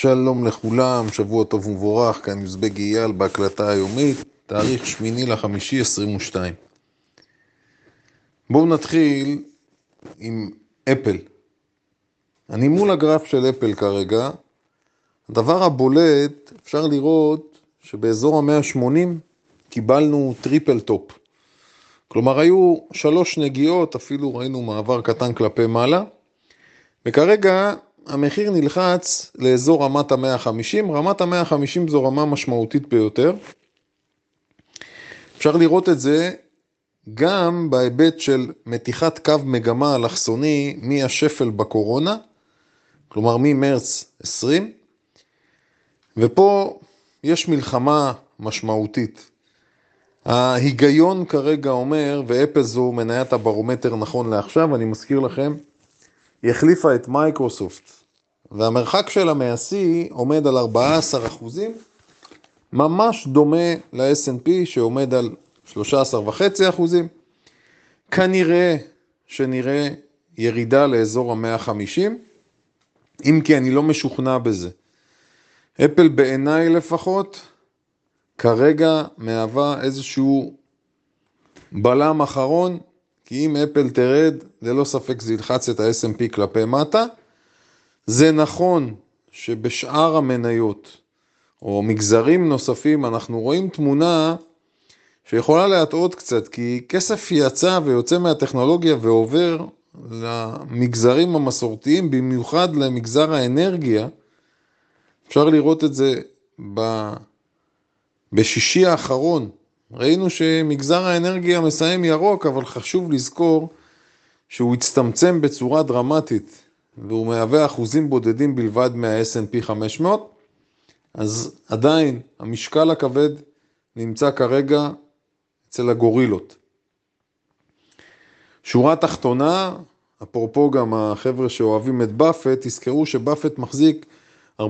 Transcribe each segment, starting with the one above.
שלום לכולם, שבוע טוב ומבורך, כאן יוזבג אייל בהקלטה היומית, תאריך 8/5/22. בואו נתחיל עם אפל. אני מול הגרף של אפל כרגע. הדבר הבולט, אפשר לראות שבאזור ה-180 קיבלנו טריפל טופ. כלומר היו 3 נגיעות, אפילו ראינו מעבר קטן כלפי מעלה, וכרגע המחיר נלחץ לאזור רמת ה-150, רמת ה-150 זו רמה משמעותית ביותר. אפשר לראות את זה גם בהיבט של מתיחת קו מגמה אלכסוני מהשפל בקורונה, כלומר ממרץ 20, ופה יש מלחמה משמעותית. ההיגיון כרגע אומר, ואפל זו מניית הברומטר נכון לעכשיו, אני מזכיר לכם, היא החליפה את מייקרוסופט, והמרחק שלה מהשיא עומד על 14%, ממש דומה ל-S&P שעומד על 13.5%. כנראה שנראה ירידה לאזור ה-150, אם כי אני לא משוכנע בזה. אפל בעיניי לפחות, כרגע מהווה איזשהו בלם אחרון, כי אם אפל תרד, ללא ספק זה ילחץ את ה-S&P כלפי מטה. זה נכון שבשאר המניות, או מגזרים נוספים, אנחנו רואים תמונה שיכולה להטעות קצת, כי כסף יצא ויוצא מהטכנולוגיה ועובר למגזרים המסורתיים, במיוחד למגזר האנרגיה. אפשר לראות את זה בשישי האחרון. ראינו שמגזר האנרגיה מסיים ירוק, אבל חשוב לזכור שהוא הצטמצם בצורה דרמטית, והוא מהווה אחוזים בודדים בלבד מה-S&P 500, אז עדיין המשקל הכבד נמצא כרגע אצל הגורילות. שורה תחתונה, אפרופו גם החבר'ה שאוהבים את באפט, תזכרו שבאפט מחזיק 45-50%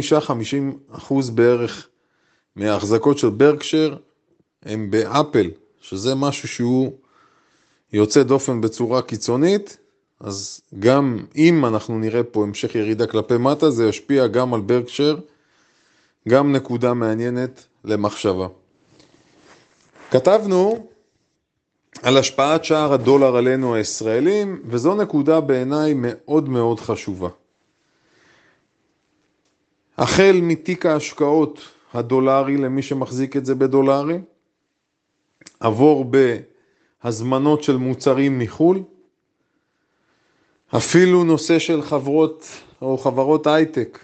בערך מההחזקות של ברקשר, הם באפל, שזה משהו שהוא יוצא דופן בצורה קיצונית, אז גם אם אנחנו נראה פה המשך ירידה כלפי מטה, זה ישפיע גם על ברקשר, גם נקודה מעניינת למחשבה. כתבנו על השפעת שער הדולר עלינו הישראלים, וזו נקודה בעיניי מאוד מאוד חשובה. החל מתיק ההשקעות הדולרי למי שמחזיק את זה בדולרי, עבור בהזמנות של מוצרים מחול, אפילו נושא של חברות או חברות הייטק,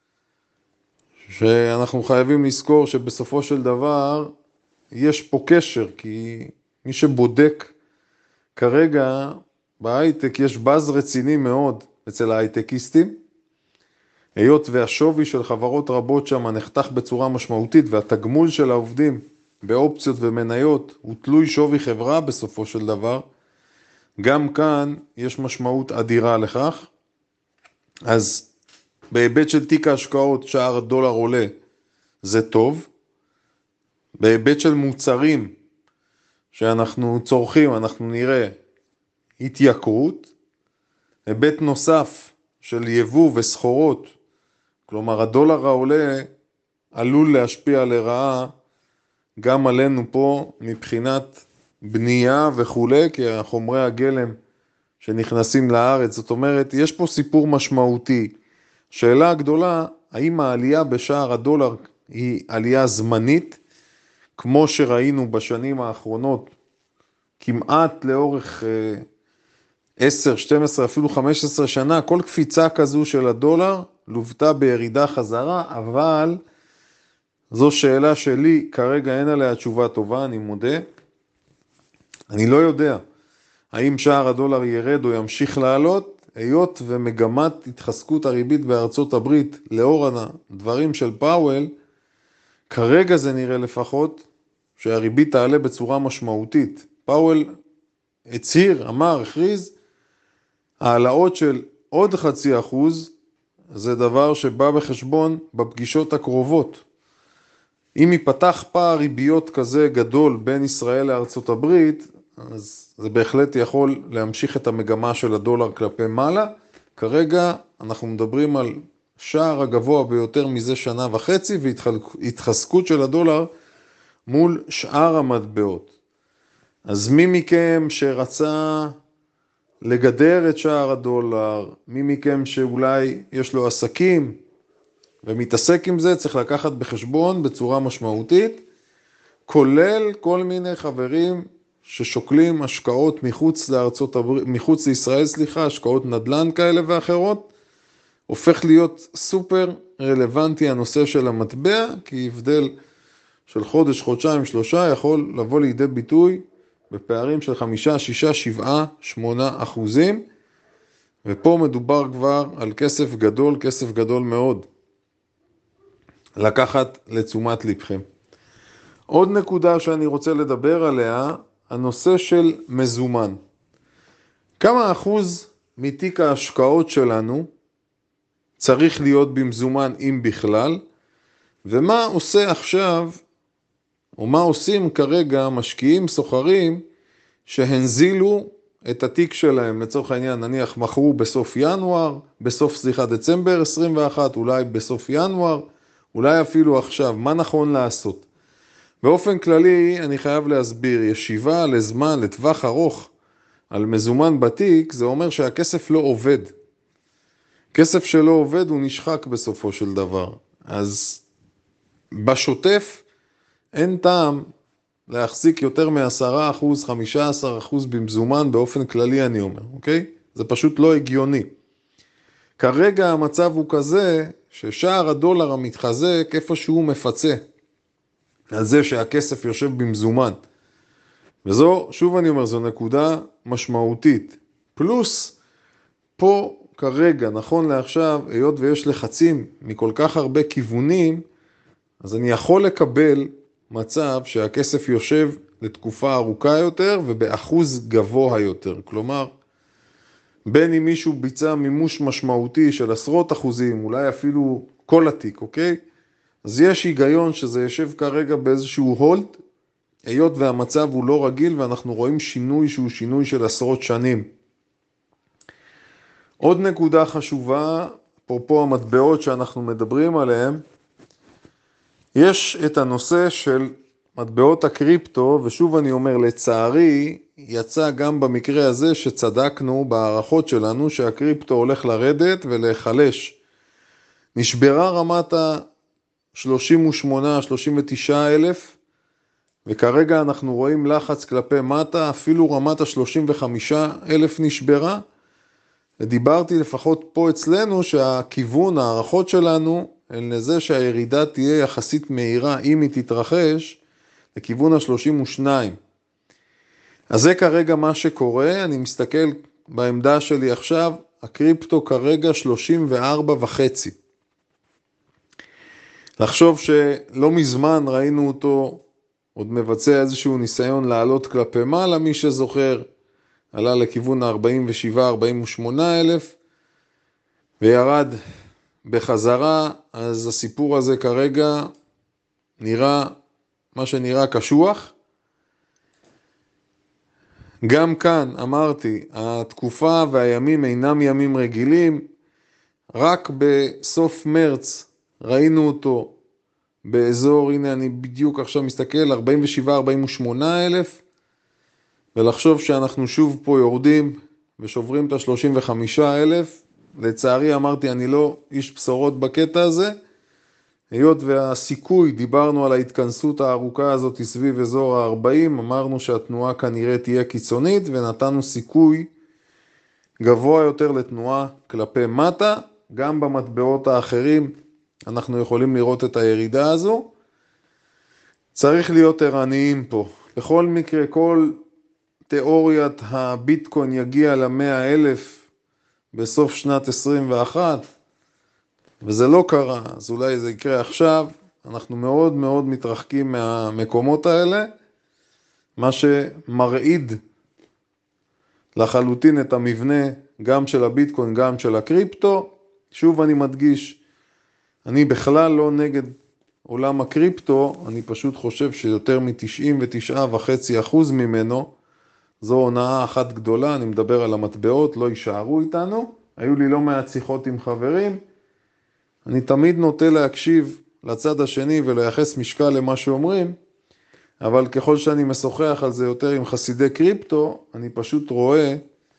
שאנחנו חייבים לזכור שבסופו של דבר יש פה קשר, כי מי שבודק כרגע בהייטק יש באז רציני מאוד אצל ההייטקיסטים, היות והשווי של חברות רבות שם נחתך בצורה משמעותית, והתגמול של העובדים באופציות ומניות הוא תלוי שווי חברה בסופו של דבר, גם כאן יש משמעות אדירה לכך. אז בהיבט של תיק ההשקעות שער הדולר עולה, זה טוב. בהיבט של מוצרים שאנחנו צורכים, אנחנו נראה התייקרות. היבט נוסף של יבוא וסחורות, כלומר הדולר העולה עלול להשפיע לרעה גם עלינו פה מבחינת בנייה וכו', כי החומרי הגלם שנכנסים לארץ, זאת אומרת, יש פה סיפור משמעותי. שאלה הגדולה, האם העלייה בשער הדולר היא עלייה זמנית, כמו שראינו בשנים האחרונות, כמעט לאורך 10, 12, אפילו 15 שנה, כל קפיצה כזו של הדולר לוותה בירידה חזרה, אבל זו שאלה שלי, כרגע אין עליה תשובה טובה, אני מודה. אני לא יודע האם שער הדולר ירד או ימשיך לעלות, היות ומגמת התחזקות הריבית בארצות הברית לאור הדברים של פאוול, כרגע זה נראה לפחות שהריבית תעלה בצורה משמעותית. פאוול הצהיר, אמר, הכריז, העלאות של עוד 0.5%, זה דבר שבא בחשבון בפגישות הקרובות. אם ייפתח פער ריביות כזה גדול בין ישראל לארצות הברית, אז זה בהחלט יכול להמשיך את המגמה של הדולר כלפי מעלה. כרגע אנחנו מדברים על השער הגבוה ביותר מזה שנה וחצי, והתחזקות של הדולר מול שאר המטבעות. אז מי מכם שרצה לגדר את שער הדולר, מי מכם שאולי יש לו עסקים ומתעסק עם זה, צריך לקחת בחשבון בצורה משמעותית, כולל כל מיני חברים ששוקלים השקעות מחוץ לישראל, השקעות נדל"ן כאלה ואחרות, הופך להיות סופר רלוונטי הנושא של המטבע, כי הבדל של חודש, חודשיים, 3 יכול לבוא לידי ביטוי בפערים של 5, 6, 7, 8%, ופה מדובר כבר על כסף גדול מאוד. לקחת לתשומת לבכם. עוד נקודה שאני רוצה לדבר עליה, הנושא של מזומן. כמה אחוז מתיק ההשקעות שלנו צריך להיות במזומן אם בכלל, ומה עושה עכשיו, או מה עושים כרגע משקיעים סוחרים שהנזילו את התיק שלהם, לצורך העניין נניח מכרו בסוף דצמבר 21, אולי בסוף ינואר, אולי אפילו עכשיו, מה נכון לעשות? באופן כללי אני חייב להסביר, ישיבה לזמן, לטווח ארוך על מזומן בתיק, זה אומר שהכסף לא עובד. כסף שלא עובד הוא נשחק בסופו של דבר. אז בשוטף אין טעם להחזיק יותר מ10%, 15% במזומן באופן כללי אני אומר, אוקיי? זה פשוט לא הגיוני. כרגע המצב הוא כזה ששער הדולר המתחזק איפה שהוא מפצה על זה שהכסף יושב במזומן. וזו, שוב אני אומר, זו נקודה משמעותית. פלוס, פה כרגע, נכון לעכשיו, היות ויש לחצים מכל כך הרבה כיוונים, אז אני יכול לקבל מצב שהכסף יושב לתקופה ארוכה יותר ובאחוז גבוה יותר. כלומר, בין אם מישהו ביצע מימוש משמעותי של עשרות אחוזים, אולי אפילו כל התיק, אוקיי? אז יש היגיון שזה יושב כרגע באיזשהו הולד, היות והמצב הוא לא רגיל ואנחנו רואים שינוי שהוא שינוי של עשרות שנים. עוד נקודה חשובה, אפרופו המטבעות שאנחנו מדברים עליהן, יש את הנושא של מטבעות הקריפטו, ושוב אני אומר, לצערי, יצא גם במקרה הזה שצדקנו בהערכות שלנו שהקריפטו הולך לרדת ולהיחלש. נשברה רמת ה-38-39 אלף, וכרגע אנחנו רואים לחץ כלפי מטה, אפילו רמת ה-35 אלף נשברה, ודיברתי לפחות פה אצלנו שהכיוון, הערכות שלנו, הן לזה שהירידה תהיה יחסית מהירה, אם היא תתרחש, לכיוון ה-32. אז זה כרגע מה שקורה, אני מסתכל בעמדה שלי עכשיו, הקריפטו כרגע 34.5. לחשוב שלא מזמן ראינו אותו, עוד מבצע איזשהו ניסיון לעלות כלפי מעלה, מי שזוכר, עלה לכיוון ה-47-48 אלף, וירד בחזרה, אז הסיפור הזה כרגע נראה, מה שנראה קשוח. גם כאן אמרתי, התקופה והימים אינם ימים רגילים, רק בסוף מרץ ראינו אותו באזור, הנה אני בדיוק עכשיו מסתכל, 47-48 אלף, ולחשוב שאנחנו שוב פה יורדים ושוברים את ה-35 אלף, לצערי אמרתי אני לא איש בשורות בקטע הזה, היות והסיכוי, דיברנו על ההתכנסות הארוכה הזאת סביב אזור ה-40, אמרנו שהתנועה כנראה תהיה קיצונית, ונתנו סיכוי גבוה יותר לתנועה כלפי מטה, גם במטבעות האחרים אנחנו יכולים לראות את הירידה הזו, צריך להיות ערניים פה. בכל מקרה, כל תיאוריית הביטקוין יגיע ל100,000 בסוף שנת 21, וזה לא קרה, אז אולי זה יקרה עכשיו, אנחנו מאוד מאוד מתרחקים מהמקומות האלה, מה שמרעיד לחלוטין את המבנה גם של הביטקוין, גם של הקריפטו. שוב אני מדגיש, אני בכלל לא נגד עולם הקריפטו, אני פשוט חושב שיותר מ-99.5% ממנו, זו הונאה אחת גדולה, אני מדבר על המטבעות, לא יישארו איתנו, היו לי לא מעט שיחות עם חברים, אני תמיד נוטה להקשיב לצד השני ולייחס משקל למה שאומרים, אבל ככל שאני משוחח על זה יותר עם חסידי קריפטו, אני פשוט רואה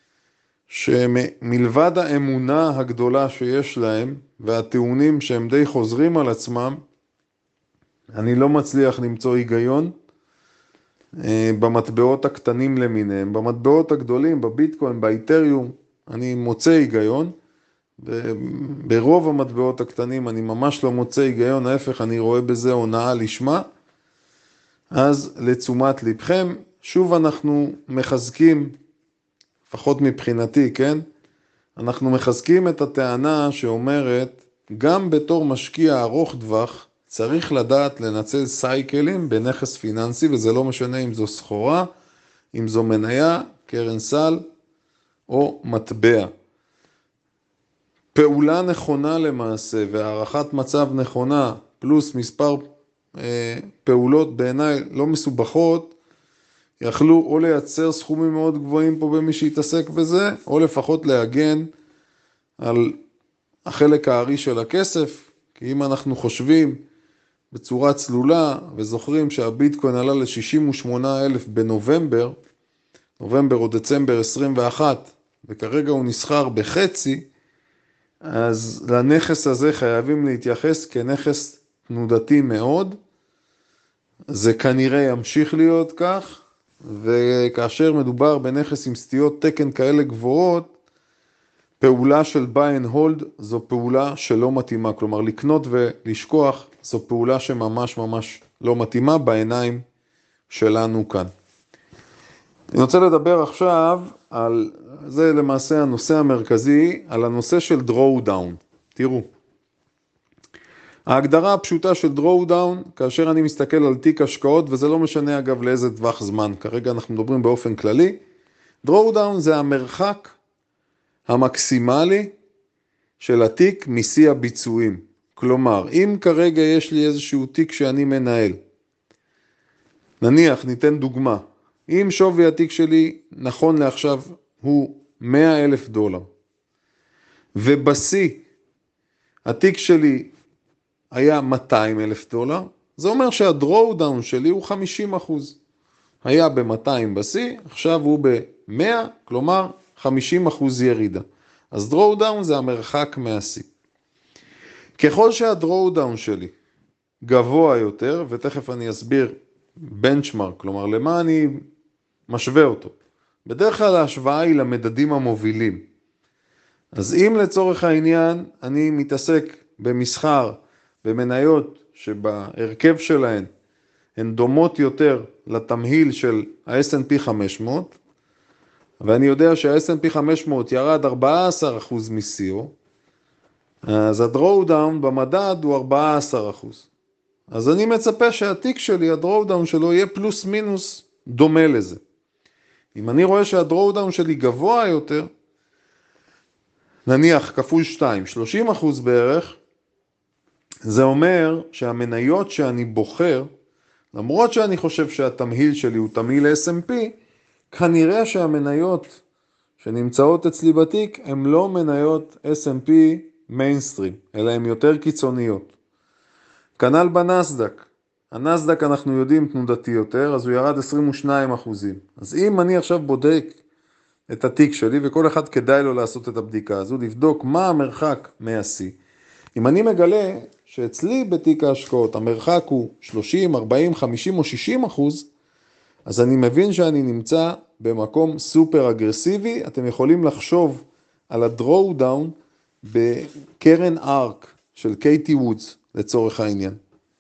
שמלבד האמונה הגדולה שיש להם, והטיעונים שהם די חוזרים על עצמם, אני לא מצליח למצוא היגיון במטבעות הקטנים למיניהם. במטבעות הגדולים, בביטקוין, באיתריום, אני מוצא היגיון. ברוב המטבעות הקטנים אני ממש לא מוצא היגיון, ההפך, אני רואה בזה הונאה לשמה. אז לתשומת לבכם, שוב אנחנו מחזקים, לפחות מבחינתי, כן? אנחנו מחזקים את הטענה שאומרת, גם בתור משקיע ארוך טווח, צריך לדעת לנצל סייקלים בנכס פיננסי, וזה לא משנה אם זו סחורה, אם זו מניה, קרן סל או מטבע. פעולה נכונה למעשה והערכת מצב נכונה, פלוס מספר פעולות בעיניי לא מסובכות, יכלו או לייצר סכומים מאוד גבוהים פה במי שיתעסק בזה, או לפחות להגן על החלק הארי של הכסף, כי אם אנחנו חושבים בצורה צלולה וזוכרים שהביטקוין עלה ל-68,000 בנובמבר, נובמבר או דצמבר 21, וכרגע הוא נסחר בחצי, אז לנכס הזה חייבים להתייחס כנכס תנודתי מאוד, זה כנראה ימשיך להיות כך, וכאשר מדובר בנכס עם סטיות תקן כאלה גבוהות, פעולה של buy and hold זו פעולה שלא מתאימה, כלומר לקנות ולשכוח זו פעולה שממש ממש לא מתאימה בעיניים שלנו כאן. אני רוצה לדבר עכשיו על, זה למעשה הנושא המרכזי, על הנושא של drawdown. תראו, ההגדרה הפשוטה של drawdown, כאשר אני מסתכל על תיק השקעות, וזה לא משנה אגב לאיזה טווח זמן, כרגע אנחנו מדברים באופן כללי, drawdown זה המרחק המקסימלי של התיק משיא הביצועים. כלומר, אם כרגע יש לי איזשהו תיק שאני מנהל, נניח, ניתן דוגמה, אם שווי התיק שלי נכון לעכשיו הוא $100,000, ובשיא התיק שלי היה $200,000, זה אומר שהדרואודאון שלי הוא 50%. היה ב-200 בשיא, עכשיו הוא ב-100, כלומר 50% ירידה. אז דרואודאון זה המרחק מהשיא. ככל שהדרואודאון שלי גבוה יותר, ותכף אני אסביר בנצ'מרק, כלומר למה אני משווה אותו. בדרך כלל ההשוואה היא למדדים המובילים. אז אם לצורך העניין אני מתעסק במסחר, במניות שבהרכב שלהן הן דומות יותר לתמהיל של ה-S&P 500, ואני יודע שה-S&P 500 ירד 14% מסיו, אז הדרואודאון במדד הוא 14%. אז אני מצפה שהתיק שלי, הדרואודאון שלו יהיה פלוס מינוס דומה לזה. אם אני רואה שהדרואודאון שלי גבוה יותר, נניח כפול 2, 30% בערך, זה אומר שהמניות שאני בוחר, למרות שאני חושב שהתמהיל שלי הוא תמהיל S&P, כנראה שהמניות שנמצאות אצלי בתיק הן לא מניות S&P מיינסטרים, אלא הן יותר קיצוניות. כנ"ל בנסדק. הנסדק אנחנו יודעים תנודתי יותר, אז הוא ירד 22%. אז אם אני עכשיו בודק את התיק שלי, וכל אחד כדאי לו לעשות את הבדיקה הזו, לבדוק מה המרחק מהשיא. אם אני מגלה שאצלי בתיק ההשקעות המרחק הוא 30, 40, 50 או 60%, אז אני מבין שאני נמצא במקום סופר אגרסיבי. אתם יכולים לחשוב על הדרואודאון בקרן ארק של קייטי וודס לצורך העניין.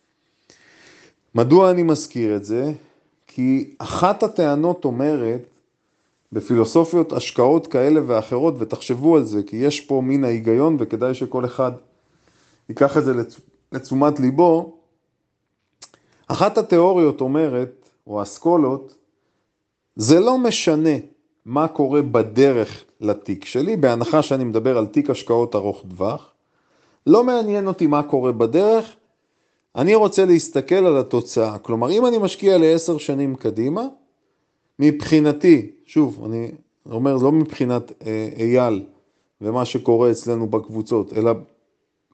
מדוע אני מזכיר את זה? כי אחת הטענות אומרת, בפילוסופיות השקעות כאלה ואחרות, ותחשבו על זה, כי יש פה מין ההיגיון וכדאי שכל אחד ייקח את זה לתשומת ליבו, אחת התיאוריות אומרת, או האסכולות, זה לא משנה מה קורה בדרך לתיק שלי, בהנחה שאני מדבר על תיק השקעות ארוך טווח, לא מעניין אותי מה קורה בדרך, אני רוצה להסתכל על התוצאה. כלומר, אם אני משקיע ל10 שנים קדימה, מבחינתי, שוב, אני אומר, לא מבחינת אייל ומה שקורה אצלנו בקבוצות, אלא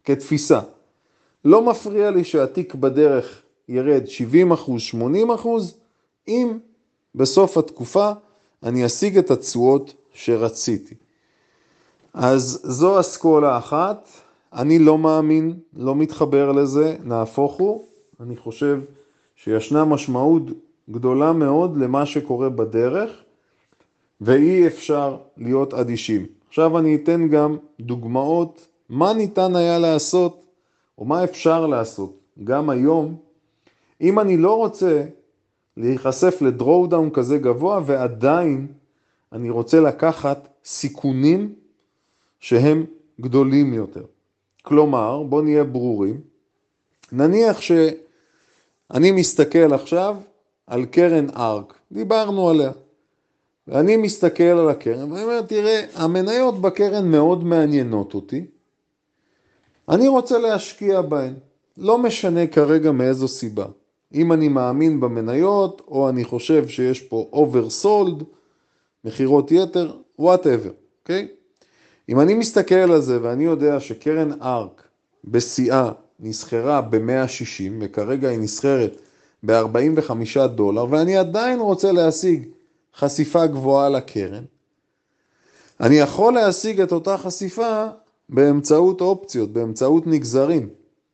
כתפיסה. לא מפריע לי שהתיק בדרך ירד 70%, 80%, אם בסוף התקופה אני אשיג את התשואות שרציתי. אז זו אסכולה אחת, אני לא מאמין, לא מתחבר לזה, נהפוך הוא, אני חושב שישנה משמעות גדולה מאוד למה שקורה בדרך, ואי אפשר להיות אדישים. עכשיו אני אתן גם דוגמאות, מה ניתן היה לעשות, או מה אפשר לעשות, גם היום, אם אני לא רוצה להיחשף לדרואודאון כזה גבוה, ועדיין אני רוצה לקחת סיכונים שהם גדולים יותר. כלומר, בוא נהיה ברורים, נניח שאני מסתכל עכשיו על קרן ארק, דיברנו עליה, ואני מסתכל על הקרן, ואני אומר, תראה, המניות בקרן מאוד מעניינות אותי, אני רוצה להשקיע בהן, לא משנה כרגע מאיזו סיבה. אם אני מאמין במניות, או אני חושב שיש פה oversold, מחירות יתר, whatever, אוקיי? אם אני מסתכל על זה ואני יודע שקרן ארק בשיאה נסחרה ב-160 וכרגע היא נסחרת ב-$45 ואני עדיין רוצה להשיג חשיפה גבוהה לקרן, אני יכול להשיג את אותה חשיפה באמצעות אופציות, באמצעות נגזרים.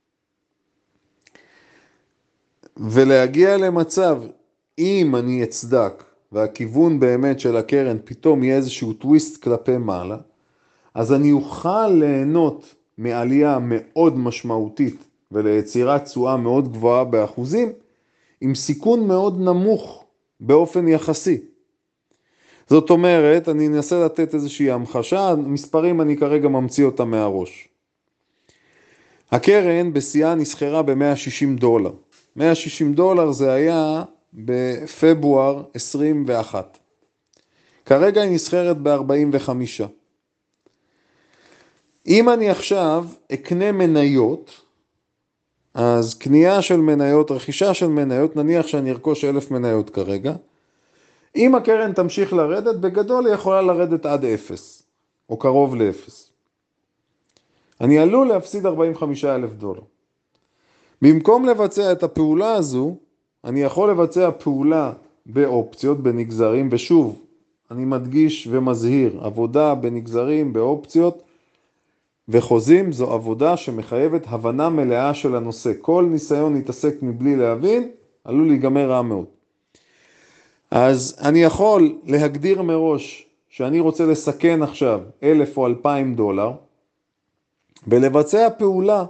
ולהגיע למצב, אם אני אצדק והכיוון באמת של הקרן פתאום יהיה איזשהו טוויסט כלפי מעלה, אז אני אוכל ליהנות מעלייה מאוד משמעותית וליצירת תשואה מאוד גבוהה באחוזים, עם סיכון מאוד נמוך באופן יחסי. זאת אומרת, אני אנסה לתת איזושהי המחשה, מספרים אני כרגע ממציא אותם מהראש. הקרן בשיאה נסחרה ב-$160. $160 זה היה בפברואר 21. כרגע היא נסחרת ב-45. אם אני עכשיו אקנה מניות, אז קנייה של מניות, רכישה של מניות, נניח שאני ארכוש 1,000 מניות כרגע, אם הקרן תמשיך לרדת, בגדול היא יכולה לרדת עד 0, או קרוב ל-0. אני עלול להפסיד $45,000. במקום לבצע את הפעולה הזו, אני יכול לבצע פעולה באופציות, בנגזרים, ושוב, אני מדגיש ומזהיר, עבודה בנגזרים, באופציות, וחוזים זו עבודה שמחייבת הבנה מלאה של הנושא. כל ניסיון להתעסק מבלי להבין, עלול להיגמר רע מאוד. אז אני יכול להגדיר מראש שאני רוצה לסכן עכשיו 1,000 או 2,000 דולר, ולבצע פעולה.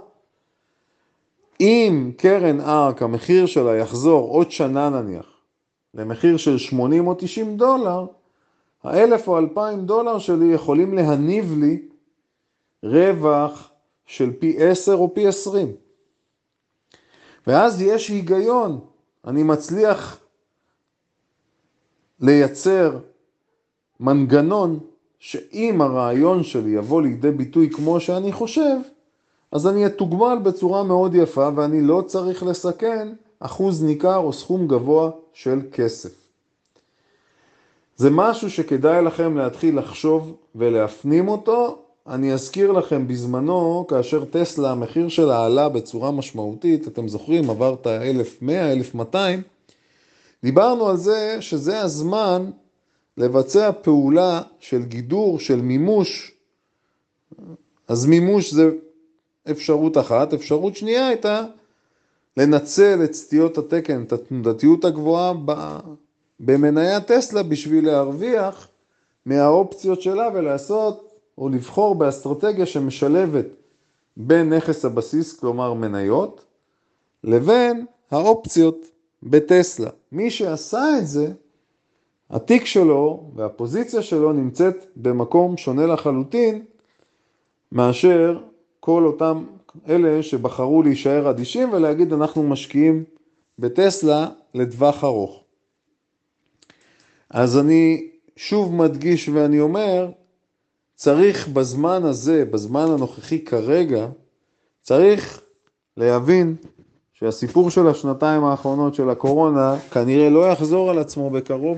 אם קרן ארק, המחיר שלה יחזור עוד שנה נניח, למחיר של 80 או 90 דולר, 1,000 או 2,000 דולר שלי יכולים להניב לי רווח של פי 10 או פי 20. ואז יש היגיון, אני מצליח לייצר מנגנון שאם הרעיון שלי יבוא לידי ביטוי כמו שאני חושב, אז אני אתוגמל בצורה מאוד יפה ואני לא צריך לסכן אחוז ניכר או סכום גבוה של כסף. זה משהו שכדאי לכם להתחיל לחשוב ולהפנים אותו. אני אזכיר לכם בזמנו, כאשר טסלה, המחיר שלה עלה בצורה משמעותית, אתם זוכרים, עברת 1,100, 1,200, דיברנו על זה שזה הזמן לבצע פעולה של גידור, של מימוש. אז מימוש זה אפשרות אחת. אפשרות שנייה הייתה לנצל את סטיות התקן, את התנודתיות הגבוהה במניית טסלה בשביל להרוויח מהאופציות שלה ולעשות או לבחור באסטרטגיה שמשלבת בין נכס הבסיס, כלומר מניות, לבין האופציות בטסלה. מי שעשה את זה, התיק שלו והפוזיציה שלו נמצאת במקום שונה לחלוטין מאשר כל אותם אלה שבחרו להישאר אדישים ולהגיד אנחנו משקיעים בטסלה לטווח ארוך. אז אני שוב מדגיש ואני אומר, צריך בזמן הזה, בזמן הנוכחי כרגע, צריך להבין שהסיפור של השנתיים האחרונות של הקורונה כנראה לא יחזור על עצמו בקרוב,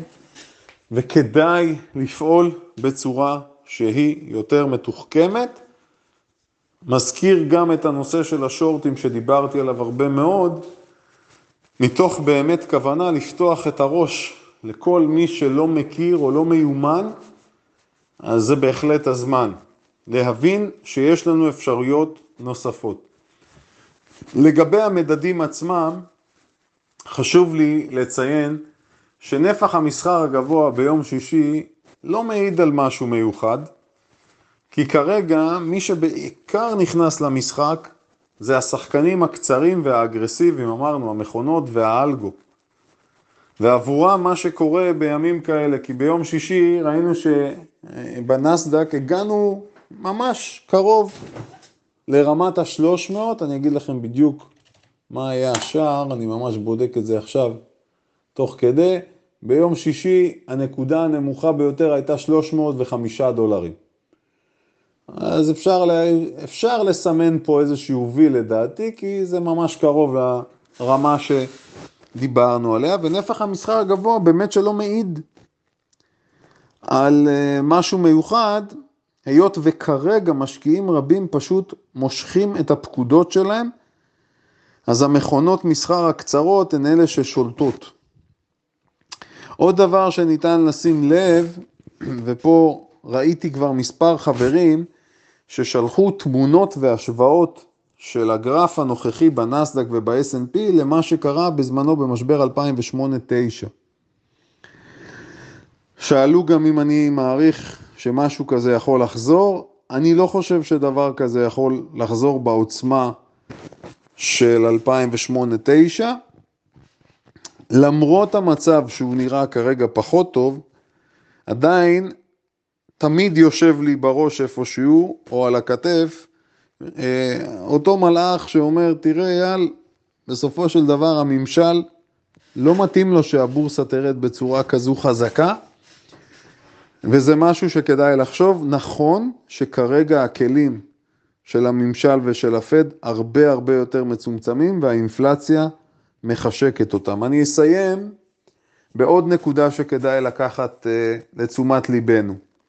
וכדאי לפעול בצורה שהיא יותר מתוחכמת, מזכיר גם את הנושא של השורטים שדיברתי עליו הרבה מאוד, מתוך באמת כוונה לפתוח את הראש לכל מי שלא מכיר או לא מיומן, אז זה בהחלט הזמן להבין שיש לנו אפשרויות נוספות. לגבי המדדים עצמם, חשוב לי לציין שנפח המסחר הגבוה ביום שישי לא מעיד על משהו מיוחד, כי כרגע מי שבעיקר נכנס למשחק זה השחקנים הקצרים והאגרסיביים, אמרנו, המכונות והאלגו. ועבורם מה שקורה בימים כאלה, כי ביום שישי ראינו שבנסדק הגענו ממש קרוב לרמת ה-300, אני אגיד לכם בדיוק מה היה השער, אני ממש בודק את זה עכשיו תוך כדי. ביום שישי הנקודה הנמוכה ביותר הייתה $305. אז אפשר לסמן פה איזשהו וי לדעתי, כי זה ממש קרוב לרמה שדיברנו עליה, ונפח המסחר הגבוה באמת שלא מעיד על משהו מיוחד, היות וכרגע משקיעים רבים פשוט מושכים את הפקודות שלהם, אז המכונות מסחר הקצרות הן אלה ששולטות. עוד דבר שניתן לשים לב, ופה ראיתי כבר מספר חברים ששלחו תמונות והשוואות של הגרף הנוכחי בנסדק וב-S&P למה שקרה בזמנו במשבר 2008-2009. שאלו גם אם אני מעריך שמשהו כזה יכול לחזור. אני לא חושב שדבר כזה יכול לחזור בעוצמה של 2008-2009. למרות המצב שהוא נראה כרגע פחות טוב, עדיין תמיד יושב לי בראש איפשהו או על הכתף אותו מלאך שאומר, תראה אייל, בסופו של דבר הממשל לא מתאים לו שהבורסה תרד בצורה כזו חזקה, וזה משהו שכדאי לחשוב. נכון שכרגע הכלים של הממשל ושל הפד הרבה הרבה יותר מצומצמים, והאינפלציה מחשקת אותם. אני אסיים בעוד נקודה שכדאי לקחת לתשומת ליבנו.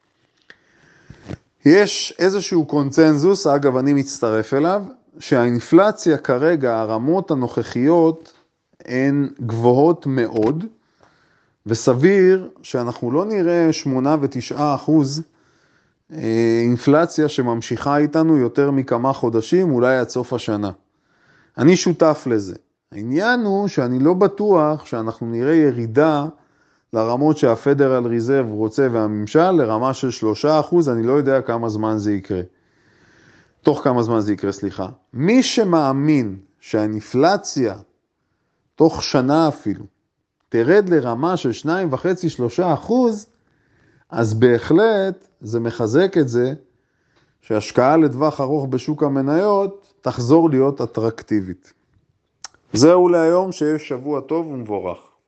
יש איזשהו קונצנזוס, אגב אני מצטרף אליו, שהאינפלציה כרגע, הרמות הנוכחיות, הן גבוהות מאוד, וסביר שאנחנו לא נראה 8% ו9% אינפלציה שממשיכה איתנו יותר מכמה חודשים, אולי עד סוף השנה. אני שותף לזה. העניין הוא שאני לא בטוח שאנחנו נראה ירידה לרמות שהפדרל ריזרב רוצה והממשל, לרמה של 3%, אני לא יודע כמה זמן זה יקרה. תוך כמה זמן זה יקרה, סליחה. מי שמאמין שהאינפלציה, תוך שנה אפילו, תרד לרמה של 2.5-3%, אז בהחלט זה מחזק את זה, שהשקעה לטווח ארוך בשוק המניות תחזור להיות אטרקטיבית. זהו להיום, שיש שבוע טוב ומבורך.